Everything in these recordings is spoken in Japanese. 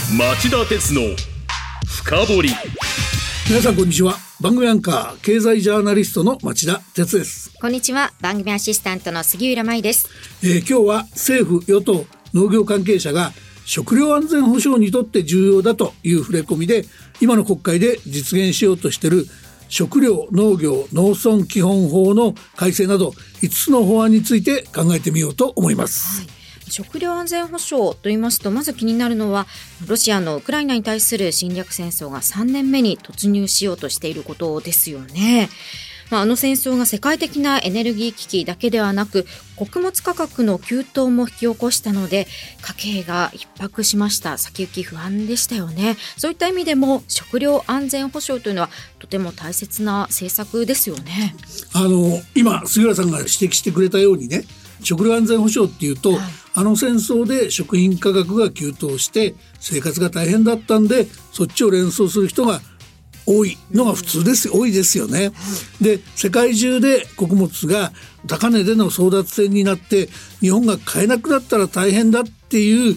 町田鉄の深掘り。 皆さんこんにちは。番組アンカー経済ジャーナリストの町田鉄です。 こんにちは。番組アシスタントの杉浦舞です。 今日は政府与党農業関係者が食料安全保障にとって重要だという触れ込みで、今の国会で実現しようとしている食料農業農村基本法の改正など5つの法案について考えてみようと思います。 食料安全保障と言いますと、まず気になるのはロシアのウクライナに対する侵略戦争が3年目に突入しようとしていることですよね。あの戦争が世界的なエネルギー危機だけではなく、穀物価格の急騰も引き起こしたので、家計が逼迫しました。先行き不安でしたよね。そういった意味でも食料安全保障というのはとても大切な政策ですよね。 今杉浦さんが指摘してくれたようにね、食料安全保障っていうと、あの戦争で食品価格が急騰して生活が大変だったんで、そっちを連想する人が多いのが普通です。多いですよね。で、世界中で穀物が高値での争奪戦になって日本が買えなくなったら大変だっていう、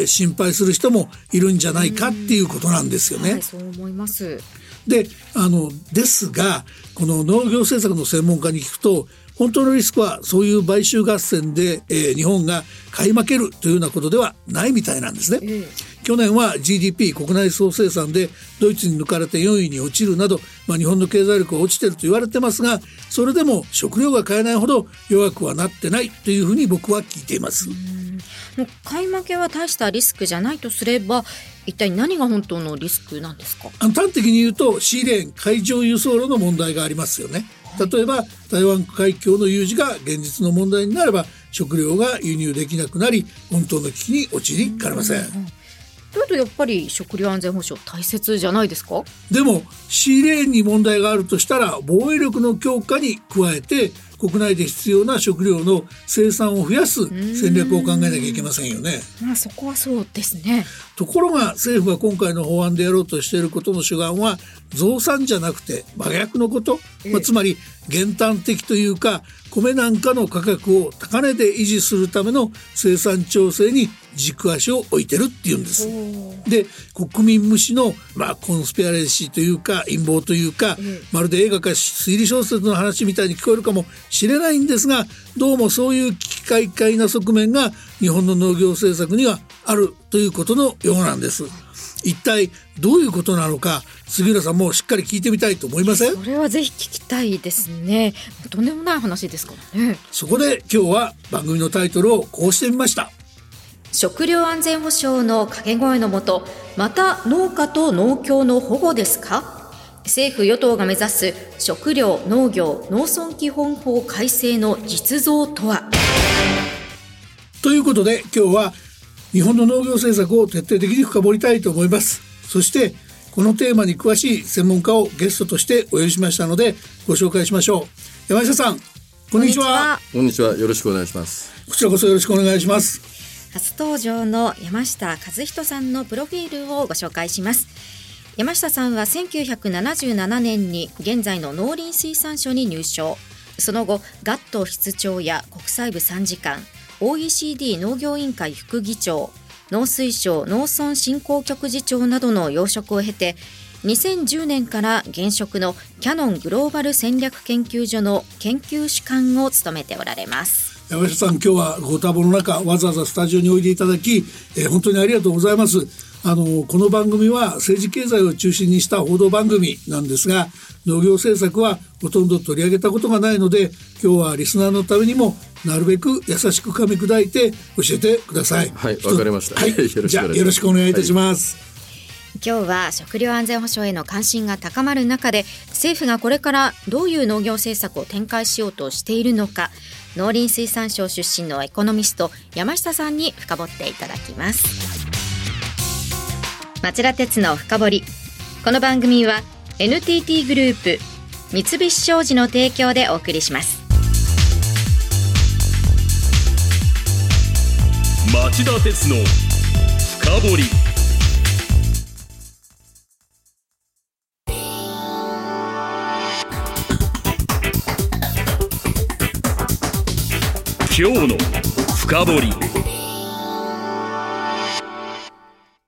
心配する人もいるんじゃないかっていうことなんですよね。 そう思います。 ですが、この農業政策の専門家に聞くと、本当のリスクはそういう買収合戦で、日本が買い負けるというようなことではないみたいなんですね。去年は GDP 国内総生産でドイツに抜かれて4位に落ちるなど、日本の経済力が落ちていると言われてますが、それでも食料が買えないほど弱くはなってないというふうに僕は聞いています。 買い負けは大したリスクじゃないとすれば、一体何が本当のリスクなんですか？ 端的に言うと、シーレーン海上輸送路の問題がありますよね。例えば台湾海峡の有事が現実の問題になれば、食料が輸入できなくなり本当の危機に陥りかねません。 というと、やっぱり食料安全保障大切じゃないですか？ でもシーレーンに問題があるとしたら、防衛力の強化に加えて国内で必要な食料の生産を増やす戦略を考えなきゃいけませんよね。 そこはそうですね。 ところが政府が今回の法案でやろうとしていることの主眼は増産じゃなくて真逆のこと、つまり減反的というか、米なんかの価格を高値で維持するための生産調整に軸足を置いてるっていうんです。で、国民無視の、コンスペアレシーというか陰謀というか、まるで映画か推理小説の話みたいに聞こえるかもしれないんですが、どうもそういう危機快快な側面が日本の農業政策にはあるということのようなんです。一体どういうことなのか、杉浦さんもしっかり聞いてみたいと思いません？ それはぜひ聞きたいですね。とんでもない話ですからね。 そこで今日は番組のタイトルをこうしてみました。 食料安全保障の掛け声のもと、また農家と農協の保護ですか？政府与党が目指す食料農業農村基本法改正の実像とは？ ということで今日は日本の農業政策を徹底的に深掘りたいと思います。そしてこのテーマに詳しい専門家をゲストとしてお呼びしましたのでご紹介しましょう。山下さん、こんにちは。 こんにちは。よろしくお願いします。 こちらこそよろしくお願いします。 初登場の山下和人さんのプロフィールをご紹介します。山下さんは1977年に現在の農林水産省に入省。その後ガット室長や国際部参事官、OECD 農業委員会副議長、農水省農村振興局次長などの要職を経て、2010年から現職のキヤノングローバル戦略研究所の研究主幹を務めておられます。 山下さん、今日はご多忙の中わざわざスタジオにおいでいただき、本当にありがとうございます。この番組は政治経済を中心にした報道番組なんですが、農業政策はほとんど取り上げたことがないので、今日はリスナーのためにもなるべく優しく噛み砕いて教えてください。 はい、わかりました。 じゃあよろしくお願いいたします。 今日は食料安全保障への関心が高まる中で、政府がこれからどういう農業政策を展開しようとしているのか、農林水産省出身のエコノミスト山下さんに深掘っていただきます。町田鉄の深掘り。この番組は NTT グループ、三菱商事の提供でお送りします。 町田鉄の深掘り。今日の深掘り。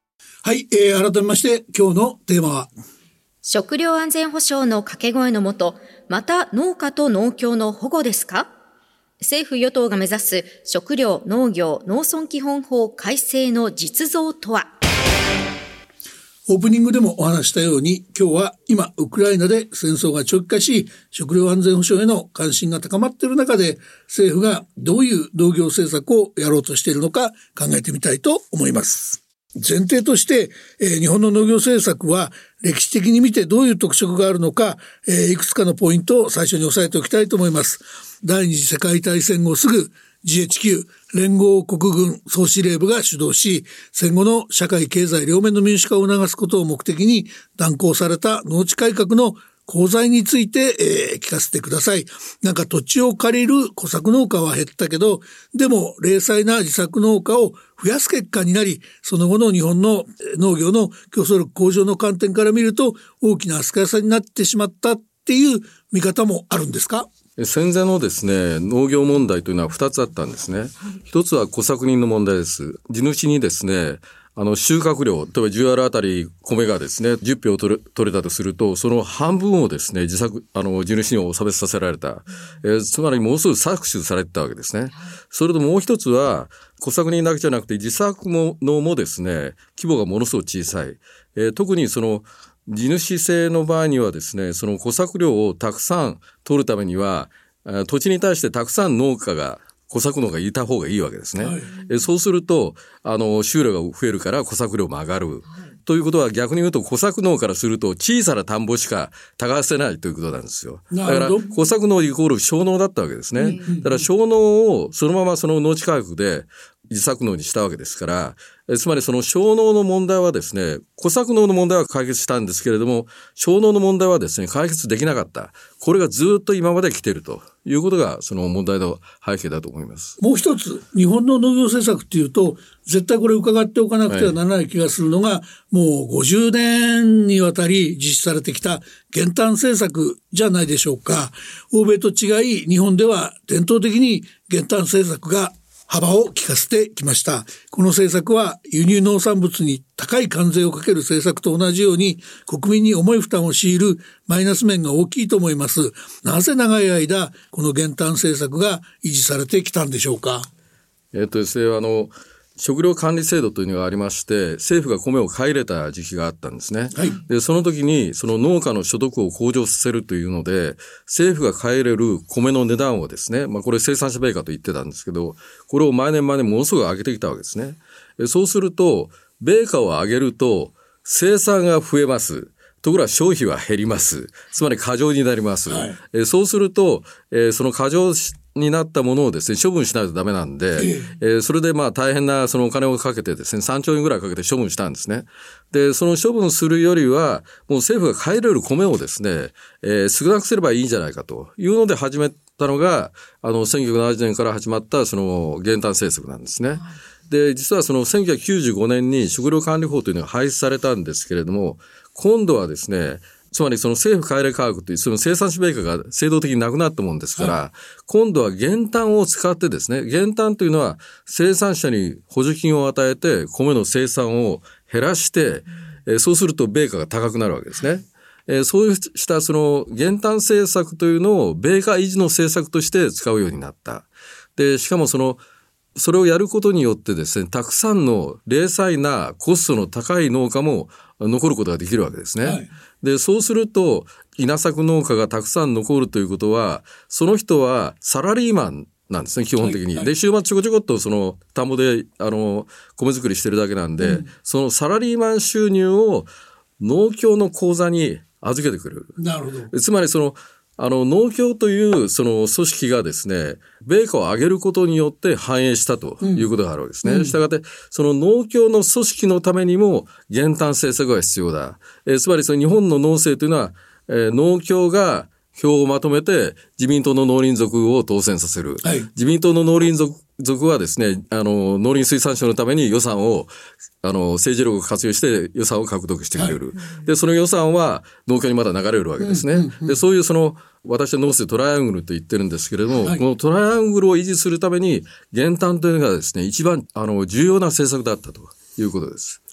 はい、改めまして今日のテーマは食料安全保障の掛け声のもと、また農家と農協の保護ですか？政府与党が目指す食料農業農村基本法改正の実像とは。 オープニングでもお話したように、今日は今ウクライナで戦争が長期化し、食料安全保障への関心が高まっている中で、政府がどういう農業政策をやろうとしているのか考えてみたいと思います。前提として、日本の農業政策は歴史的に見てどういう特色があるのか、いくつかのポイントを最初に押さえておきたいと思います。第二次世界大戦後すぐ GHQ 連合国軍総司令部が主導し、戦後の社会経済両面の民主化を促すことを目的に断行された農地改革の功罪について、聞かせてください。なんか土地を借りる小作農家は減ったけど、でも零細な自作農家を増やす結果になり、その後の日本の農業の競争力向上の観点から見ると大きな足かせになってしまったっていう見方もあるんですか？ 戦前のですね、農業問題というのは2つあったんですね。一つは小作人の問題です。地主にですね、収穫量、例えば10アールあたり米がですね、10票取れたとすると、その半分をですね、地主に納めさせられた。つまりもうすぐ搾取されてたわけですね。それともう一つは、小作人だけじゃなくて自作農もですね、規模がものすごく小さい。特にその、地主制の場合にはですね、その小作量をたくさん取るためには、土地に対してたくさん小作農がいた方がいいわけですね。はい、そうすると、収量が増えるから小作量も上がる。はい、ということは逆に言うと小作農からすると小さな田んぼしか耕せないということなんですよ。だから小作農イコール小農だったわけですね。だから小農をそのままその農地改革で自作農にしたわけですから、つまりその小農の問題はですね、小作農の問題は解決したんですけれども、小農の問題はですね、解決できなかった。これがずっと今まで来ているということがその問題の背景だと思います。 もう一つ、日本の農業政策っていうと、絶対これ伺っておかなくてはならない気がするのが、もう50年にわたり実施されてきた減反政策じゃないでしょうか。欧米と違い、日本では伝統的に減反政策が幅を利かせてきました。この政策は輸入農産物に高い関税をかける政策と同じように国民に重い負担を強いるマイナス面が大きいと思います。なぜ長い間この減反政策が維持されてきたんでしょうか？ ですね、食料管理制度というのがありまして、政府が米を買い入れた時期があったんですね。はい、でその時にその農家の所得を向上させるというので、政府が買い入れる米の値段をですね、これ生産者米価と言ってたんですけど、これを毎年ものすごく上げてきたわけですね。そうすると米価を上げると生産が増えます。ところが消費は減ります。つまり過剰になります。はい、そうすると、その過剰になったものをですね、処分しないとダメなんで、それで大変なそのお金をかけてですね、3兆円ぐらいかけて処分したんですね。で、その処分するよりは、もう政府が買い入れる米をですね、少なくすればいいんじゃないかというので始めたのが、1970年から始まったその減反政策なんですね。で、実はその1995年に食料管理法というのが廃止されたんですけれども、今度はですね、つまりその政府買い入れ価格というその生産者米価が制度的になくなったもんですから、はい、今度は減反を使ってですね、減反というのは生産者に補助金を与えて米の生産を減らして、そうすると米価が高くなるわけですね。そうしたその減反政策というのを米価維持の政策として使うようになった。で、しかもそれをやることによってですね、たくさんの零細なコストの高い農家も残ることができるわけですね。はい、で、そうすると稲作農家がたくさん残るということは、その人はサラリーマンなんですね、基本的に。はいはい、で、週末ちょこちょこっとその田んぼで米作りしてるだけなんで、そのサラリーマン収入を農協の口座に預けてくる。 なるほど。 つまり農協というその組織がですね、米価を上げることによって反映したということがあるわけですね。したがって、その農協の組織のためにも減反政策が必要だ。つまりその日本の農政というのは、農協が票をまとめて自民党の農林族を当選させる。はい、自民党の農林族はですね、農林水産省のために予算を、政治力を活用して予算を獲得してくれる。はい、で、その予算は農協にまだ流れるわけですね。で、そういう私は農政トライアングルと言ってるんですけれども、はい、このトライアングルを維持するために減反というのがですね、一番重要な政策だったということです。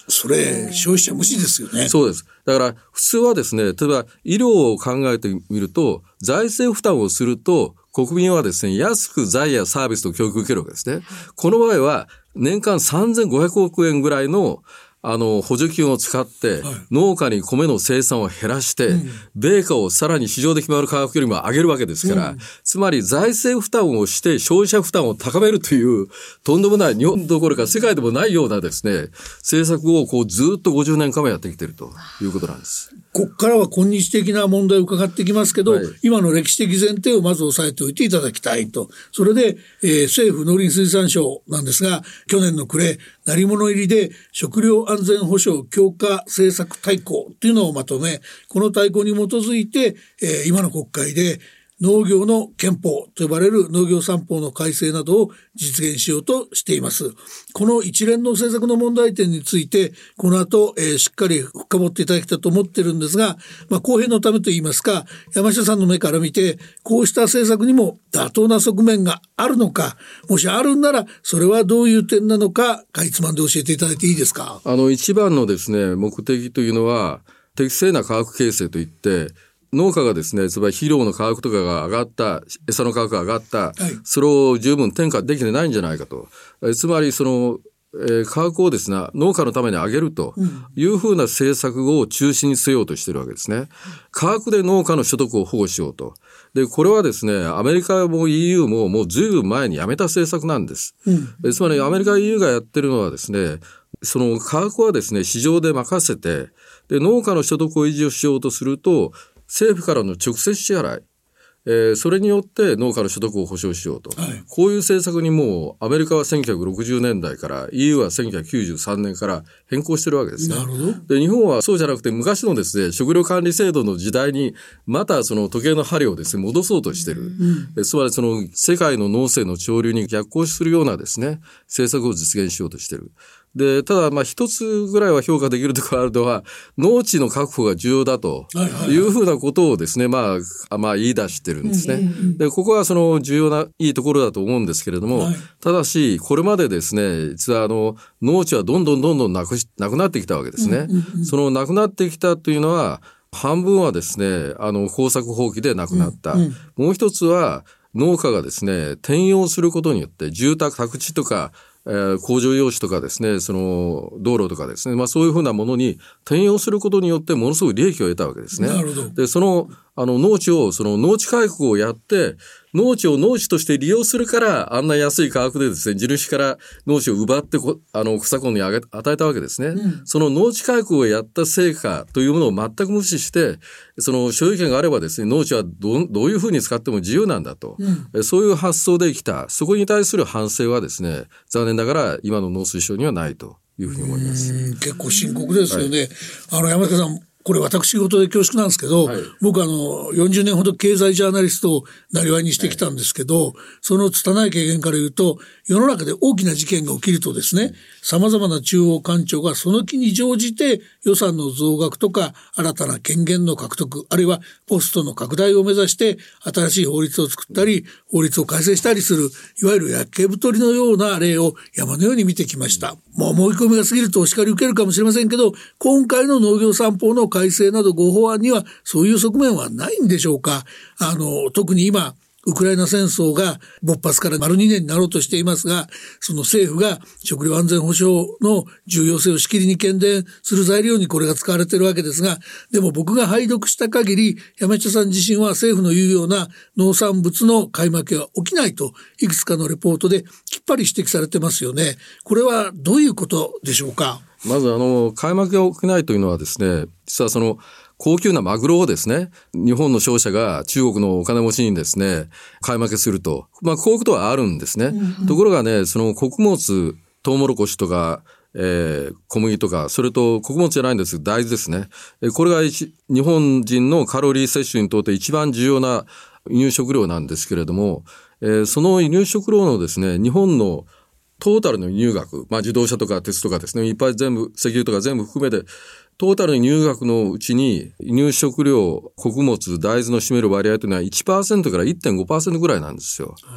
それ消費者無視ですよね。 そうです。だから普通はですね、例えば医療を考えてみると、財政負担をすると国民はですね、安く財やサービスと教育を受けるわけですね。この場合は年間3500億円ぐらいの補助金を使って、農家に米の生産を減らして、米価をさらに市場で決まる価格よりも上げるわけですから、つまり財政負担をして消費者負担を高めるという、とんでもない、日本どころか世界でもないようなですね、政策をずっと50年間もやってきているということなんです。 ここからは今日的な問題を伺ってきますけど、今の歴史的前提をまず押さえておいていただきたいと。それで、政府農林水産省なんですが、去年の暮れ、鳴り物入りで食料安全保障強化政策大綱というのをまとめ、この大綱に基づいて、今の国会で農業の憲法と呼ばれる農業三法の改正などを実現しようとしています。この一連の政策の問題点についてこの後、しっかり深掘っていただきたいと思ってるんですが、公平のためといいますか、山下さんの目から見てこうした政策にも妥当な側面があるのか、もしあるんならそれはどういう点なのか、かいつまんで教えていただいていいですか。 一番のですね、目的というのは適正な価格形成といって、農家がですね、つまり肥料の価格とかが上がった、餌の価格が上がった、それを十分転嫁できてないんじゃないかと。つまり価格をですね、農家のために上げるというふうな政策を中心に据えようとしているわけですね。価格で農家の所得を保護しようと。で、これはですね、アメリカも EU ももうずいぶん前にやめた政策なんです。つまりアメリカ EU がやってるのはですね、その価格はですね、市場で任せて、で、農家の所得を維持をしようとすると、政府からの直接支払い、それによって農家の所得を保障しようと、こういう政策にもうアメリカは1960年代から EU は1993年から変更してるわけですね。 なるほど。 で、日本はそうじゃなくて昔のですね、食料管理制度の時代にまたその時計の針をですね、戻そうとしてる。つまりその世界の農政の潮流に逆行するようなですね、政策を実現しようとしてる。で、ただ一つぐらいは評価できるところがあるのは、農地の確保が重要だというふうなことをですね、言い出してるんですね。で、ここはその重要ないいところだと思うんですけれども、ただしこれまでですね、実は農地はどんどんなくなってきたわけですね。そのなくなってきたというのは、半分はですね、耕作放棄でなくなった。もう一つは農家がですね、転用することによって住宅、宅地とか工場用紙とかですね、その道路とかですね、そういうふうなものに転用することによってものすごい利益を得たわけですね。 なるほど。 で、農地を、農地改革をやって、農地を農地として利用するから、あんな安い価格でですね、地主から農地を奪って草コンに与えたわけですね。その農地改革をやった成果というものを全く無視して、その所有権があればですね、農地はどういうふうに使っても自由なんだと。そういう発想できた。そこに対する反省はですね、残念ながら今の農水省にはないというふうに思います。 結構深刻ですよね。山下さん、これ私事で恐縮なんですけど、僕40年ほど経済ジャーナリストをなりわいにしてきたんですけど、その拙い経験から言うと、世の中で大きな事件が起きるとですね、様々な中央官庁がその気に乗じて予算の増額とか新たな権限の獲得、あるいはポストの拡大を目指して新しい法律を作ったり法律を改正したりする、いわゆる焼け太りのような例を山のように見てきました。思い込みが過ぎるとお叱り受けるかもしれませんけど、今回の農業三法の改正などご法案にはそういう側面はないんでしょうか。特に今ウクライナ戦争が勃発から丸2年になろうとしていますが、その政府が食料安全保障の重要性をしきりに喧伝する材料にこれが使われているわけですが、でも僕が拝読した限り、山下さん自身は政府の言うような農産物の買い負けは起きないといくつかのレポートできっぱり指摘されてますよね。これはどういうことでしょうか。 まず買い負けが起きないというのはですね、実は高級なマグロをですね、日本の商社が中国のお金持ちにですね、買い負けすると。こういうことはあるんですね。ところがね、穀物、トウモロコシとか、小麦とか、それと穀物じゃないんです。大豆ですね。これが日本人のカロリー摂取にとって一番重要な輸入食料なんですけれども、その輸入食料のですね、日本のトータルの輸入額、自動車とか鉄とかですね、いっぱい全部、石油とか全部含めて、トータルの輸入額のうちに輸入食料、穀物、大豆の占める割合というのは 1% から 1.5% ぐらいなんですよ。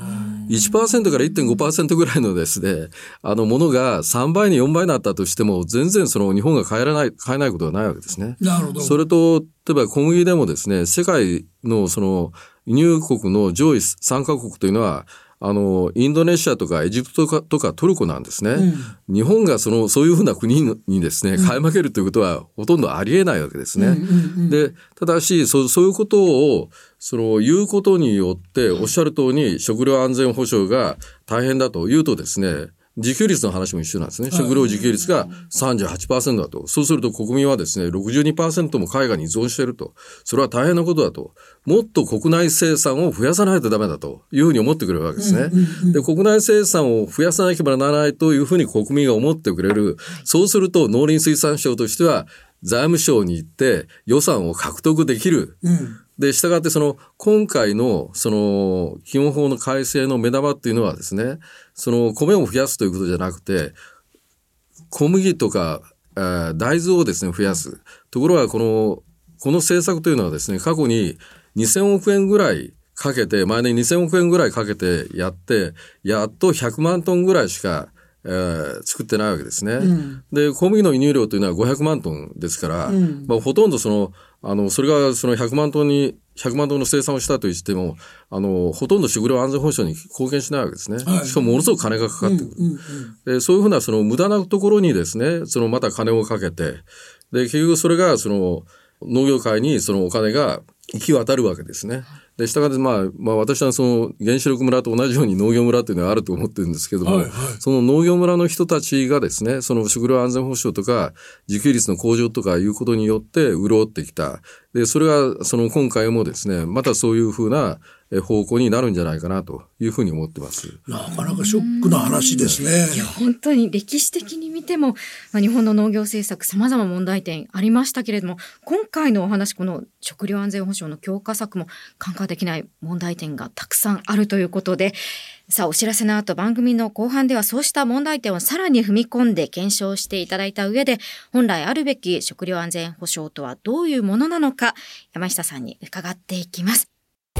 1% から 1.5% ぐらいのですね、ものが3倍に4倍になったとしても、全然その日本が買えないことはないわけですね。 なるほど。 それと、例えば小麦でもですね、世界のその輸入国の上位3カ国というのは、インドネシアとかエジプトとかトルコなんですね。日本がそういうふうな国にですね、買い負けるということはほとんどありえないわけですね。で、ただし、そういうことを、言うことによって、おっしゃる通りに食料安全保障が大変だというとですね、自給率の話も一緒なんですね。食料自給率が 38% だと。そうすると国民はですね、62% も海外に依存していると。それは大変なことだと。もっと国内生産を増やさないとダメだというふうに思ってくれるわけですね。で、国内生産を増やさなければならないというふうに国民が思ってくれる。そうすると農林水産省としては財務省に行って予算を獲得できる。で、したがって今回の基本法の改正の目玉っていうのはですね、米を増やすということじゃなくて、小麦とか、大豆をですね、増やす。ところがこの政策というのはですね、過去に2000億円ぐらいかけて、毎年2000億円ぐらいかけてやって、やっと100万トンぐらいしか、作ってないわけですね。で、小麦の輸入量というのは500万トンですから、ほとんどそれが100万トンの生産をしたと言っても、ほとんど食料安全保障に貢献しないわけですね。しかもものすごく金がかかってくる。で、そういうふうな無駄なところにですね、また金をかけて、で、結局それが農業界にお金が行き渡るわけですね。で、したがって私は原子力村と同じように農業村というのはあると思ってるんですけども、その農業村の人たちがですね、食料安全保障とか自給率の向上とかいうことによって潤ってきた。で、それが今回もですね、またそういうふうな方向になるんじゃないかなというふうに思ってます。 なかなかショックな話ですね。 いや、本当に歴史的に見ても、日本の農業政策様々問題点ありましたけれども、今回のお話、この食料安全保障の強化策も看過できない問題点がたくさんあるということで、さあ、お知らせの後、番組の後半ではそうした問題点をさらに踏み込んで検証していただいた上で、本来あるべき食料安全保障とはどういうものなのか、山下さんに伺っていきます。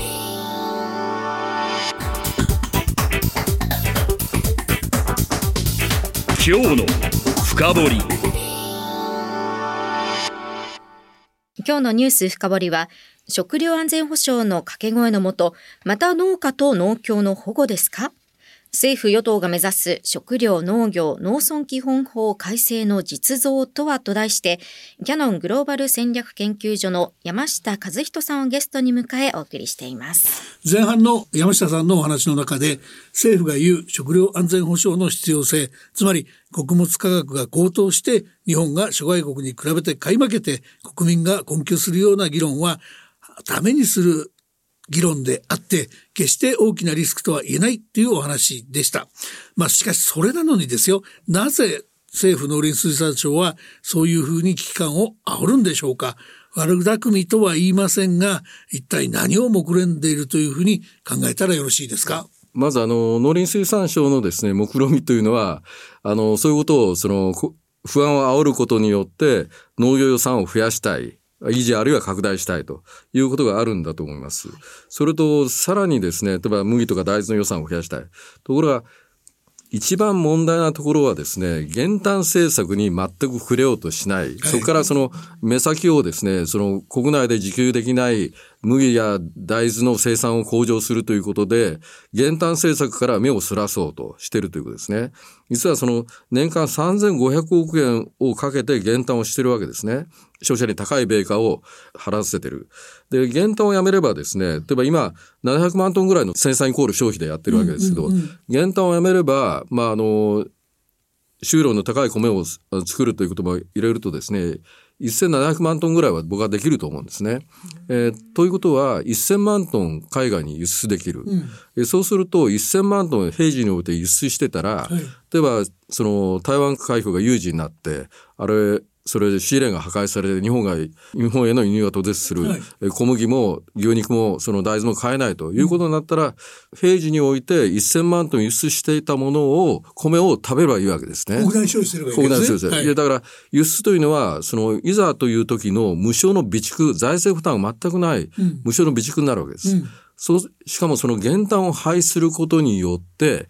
今日の深掘り。 今日のニュース深掘りは、食料安全保障の掛け声のもと、また農家と農協の保護ですか？政府与党が目指す食料農業農村基本法改正の実像とはと題して、キヤノングローバル戦略研究所の山下和人さんをゲストに迎えお送りしています。 前半の山下さんのお話の中で、政府が言う食料安全保障の必要性、つまり穀物価格が高騰して日本が諸外国に比べて買い負けて国民が困窮するような議論はためにする議論であって、決して大きなリスクとは言えないというお話でした。しかしそれなのにですよ、なぜ政府農林水産省はそういうふうに危機感を煽るんでしょうか。悪巧みとは言いませんが、一体何を目論んでいるというふうに考えたらよろしいですか。 まず農林水産省のですね、目論みというのは、そういうことを不安を煽ることによって農業予算を増やしたい。維持あるいは拡大したいということがあるんだと思います。それとさらにですね、例えば麦とか大豆の予算を増やしたい。ところが一番問題なところはですね、減反政策に全く触れようとしない。そこから目先をですね、国内で自給できない麦や大豆の生産を向上するということで、減反政策から目をそらそうとしているということですね。実は年間3500億円をかけて減反をしているわけですね。消費者に高い米価を払わせている。で、減反をやめればですね、例えば今700万トンぐらいの生産イコール消費でやってるわけですけど、減反をやめれば、収量の高い米を作るということも入れるとですね、1700万トンぐらいは僕はできると思うんですね。ということは1000万トン海外に輸出できる。そうすると1000万トン平時において輸出してたら、例えば台湾海峡が有事になって、それで仕入れが破壊されて日本への輸入が途絶する、小麦も牛肉も大豆も買えないということになったら、平時において1000万トン輸出していたものを米を食べればいいわけですね。 国内消費すればいいですね。 国内消費する。だから輸出というのはいざという時の無償の備蓄、財政負担が全くない無償の備蓄になるわけです。 しかもその減反を廃止することによって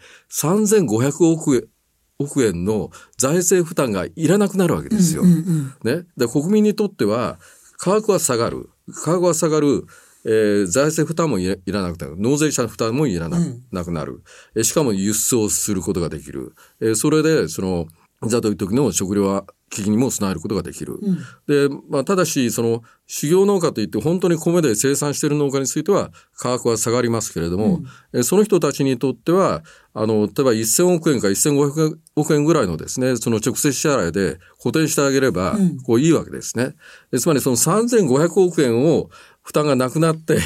3500億円の財政負担がいらなくなるわけですよ。ね。で、国民にとっては価格は下がる。財政負担もいらなくなる。納税者の負担もいらなくなる。しかも輸出をすることができる。それで、いざという時の食料危機にも備えることができる。で、ただし、修行農家といって本当に米で生産している農家については価格は下がりますけれども、その人たちにとっては、例えば1000億円か1500億円ぐらいのですね、その直接支払いで補填してあげれば、いいわけですね。つまりその3500億円を負担がなくなって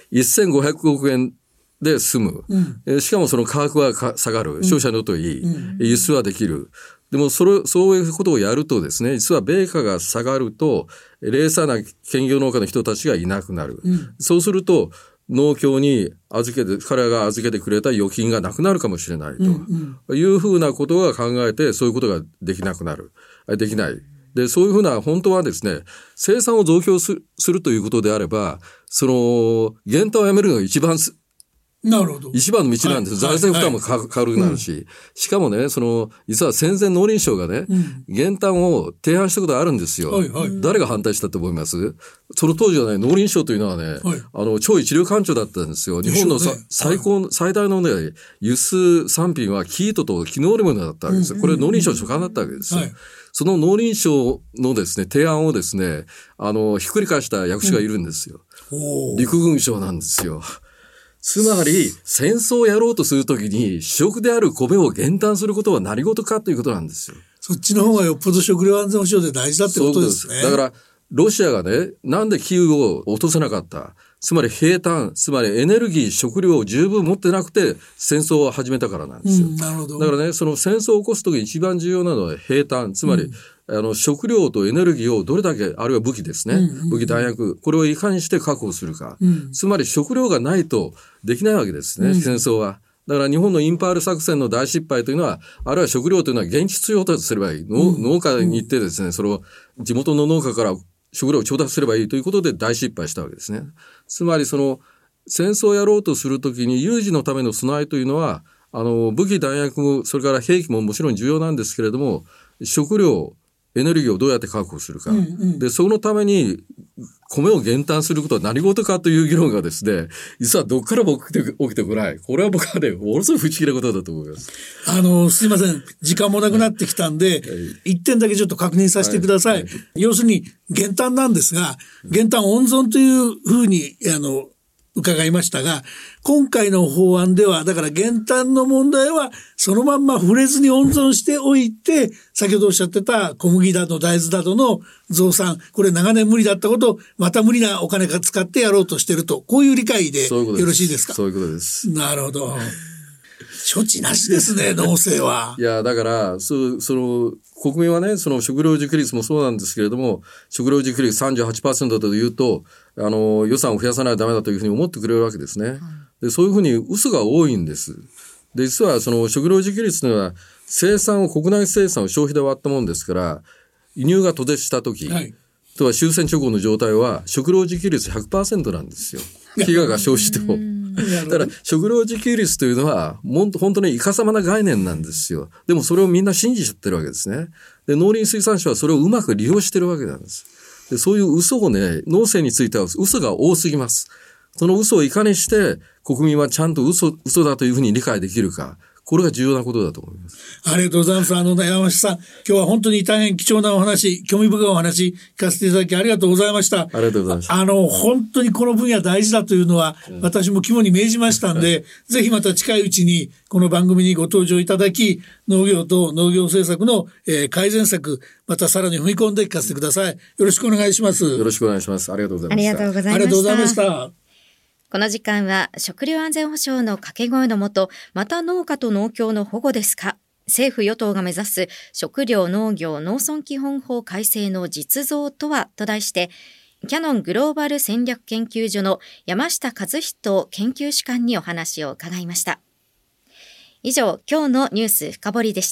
1500億円で済む。しかもその価格は下がる。消費者のといい。輸出はできる。でもそういうことをやるとですね、実は米価が下がると、零細な兼業農家の人たちがいなくなる。そうすると、農協に彼らが預けてくれた預金がなくなるかもしれないというふうなことが考えて、そういうことができない。で、そういうふうな、本当はですね、生産を増強するということであれば、減反をやめるのが一番の道なんです。財政負担も軽くなるし。しかもね、実は戦前農林省がね、減反を提案したことがあるんですよ。誰が反対したと思います？その当時はね、農林省というのはね、超一流官庁だったんですよ。日本の最大のね、輸出産品は生糸と絹織物だったわけですよ。これ農林省所管だったわけですよ。その農林省のですね、提案をですね、ひっくり返した役所がいるんですよ。陸軍省なんですよ。つまり、戦争をやろうとするときに、主食である米を減反することは何事かということなんですよ。 そっちの方がよっぽど食料安全保障で大事だってことですね。 だから、ロシアがね、なんでキーウを落とせなかった。つまり兵站、つまりエネルギー、食料を十分持ってなくて戦争を始めたからなんですよ。 なるほど。 だからね、その戦争を起こすときに一番重要なのは兵站、つまり、食料とエネルギーをどれだけ、あるいは武器ですね。武器弾薬、これをいかにして確保するか。つまり食料がないとできないわけですね、戦争は。だから日本のインパール作戦の大失敗というのは、あるいは食料というのは現地調達すればいい。農家に行ってですね、地元の農家から食料を調達すればいいということで大失敗したわけですね。つまり戦争をやろうとするときに有事のための備えというのは、武器弾薬も、それから兵器ももちろん重要なんですけれども、食料、エネルギーをどうやって確保するか。で、そのために米を減反することは何事かという議論がですね、実はどっからも起きてこない。これは僕はね、ものすごい不思議なことだと思います。 すいません。時間もなくなってきたんで、一点だけちょっと確認させてください。要するに減反なんですが、減反温存というふうに、伺いましたが、今回の法案では、だから減反の問題はそのまんま触れずに温存しておいて、先ほどおっしゃってた小麦だと大豆だとの増産、これ長年無理だったことをまた無理なお金が使ってやろうとしてると、こういう理解でよろしいですか？ そういうことです。 なるほど。処置なしですね、農政は。 いや、だから、国民はね、食料自給率もそうなんですけれども、食料自給率 38% というと、予算を増やさないとダメだというふうに思ってくれるわけですね。で、そういうふうに嘘が多いんです。で、実は食料自給率というのは、国内生産を消費で割ったもんですから、輸入が途絶したとき、とは終戦直後の状態は、食料自給率 100% なんですよ。飢餓が生じても。だから食料自給率というのは本当にいかさまな概念なんですよ。でもそれをみんな信じちゃってるわけですね。で、農林水産省はそれをうまく利用してるわけなんです。で、そういう嘘をね、農政については嘘が多すぎます。その嘘をいかにして国民はちゃんと嘘だというふうに理解できるか。これが重要なことだと思います。 ありがとうございます。山下さん、今日は本当に大変貴重なお話、興味深いお話聞かせていただきありがとうございました。 ありがとうございました。 本当にこの分野大事だというのは、私も肝に銘じましたんで、ぜひまた近いうちにこの番組にご登場いただき、農業と農業政策の、改善策、またさらに踏み込んで聞かせてください。よろしくお願いします。 よろしくお願いします。ありがとうございました。 ありがとうございました。 ありがとうございました。 この時間は食料安全保障の掛け声のもと、また農家と農協の保護ですか？政府与党が目指す食料農業農村基本法改正の実像とはと題して、キヤノングローバル戦略研究所の山下和人研究主幹にお話を伺いました。以上、今日のニュース深掘りでした。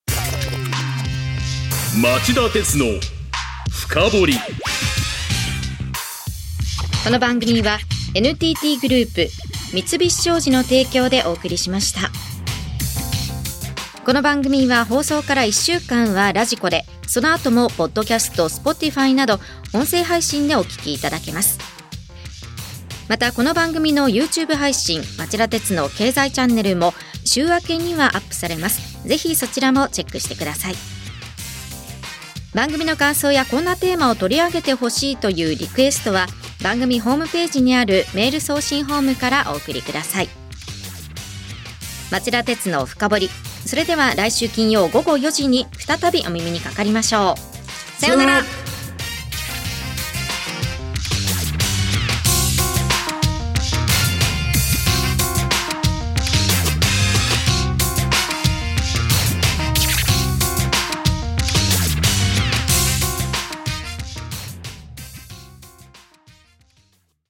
町田鉄の深掘り。 この番組は NTT グループ三菱商事の提供でお送りしました。この番組は放送から1週間はラジコで、その後もポッドキャスト、Spotify など音声配信でお聞きいただけます。またこの番組の YouTube 配信、町田鉄の経済チャンネルも週明けにはアップされます。ぜひそちらもチェックしてください。番組の感想やこんなテーマを取り上げてほしいというリクエストは番組ホームページにあるメール送信フォームからお送りください。町田鉄の深掘り、それでは来週金曜午後4時に再びお耳にかかりましょう。さようなら。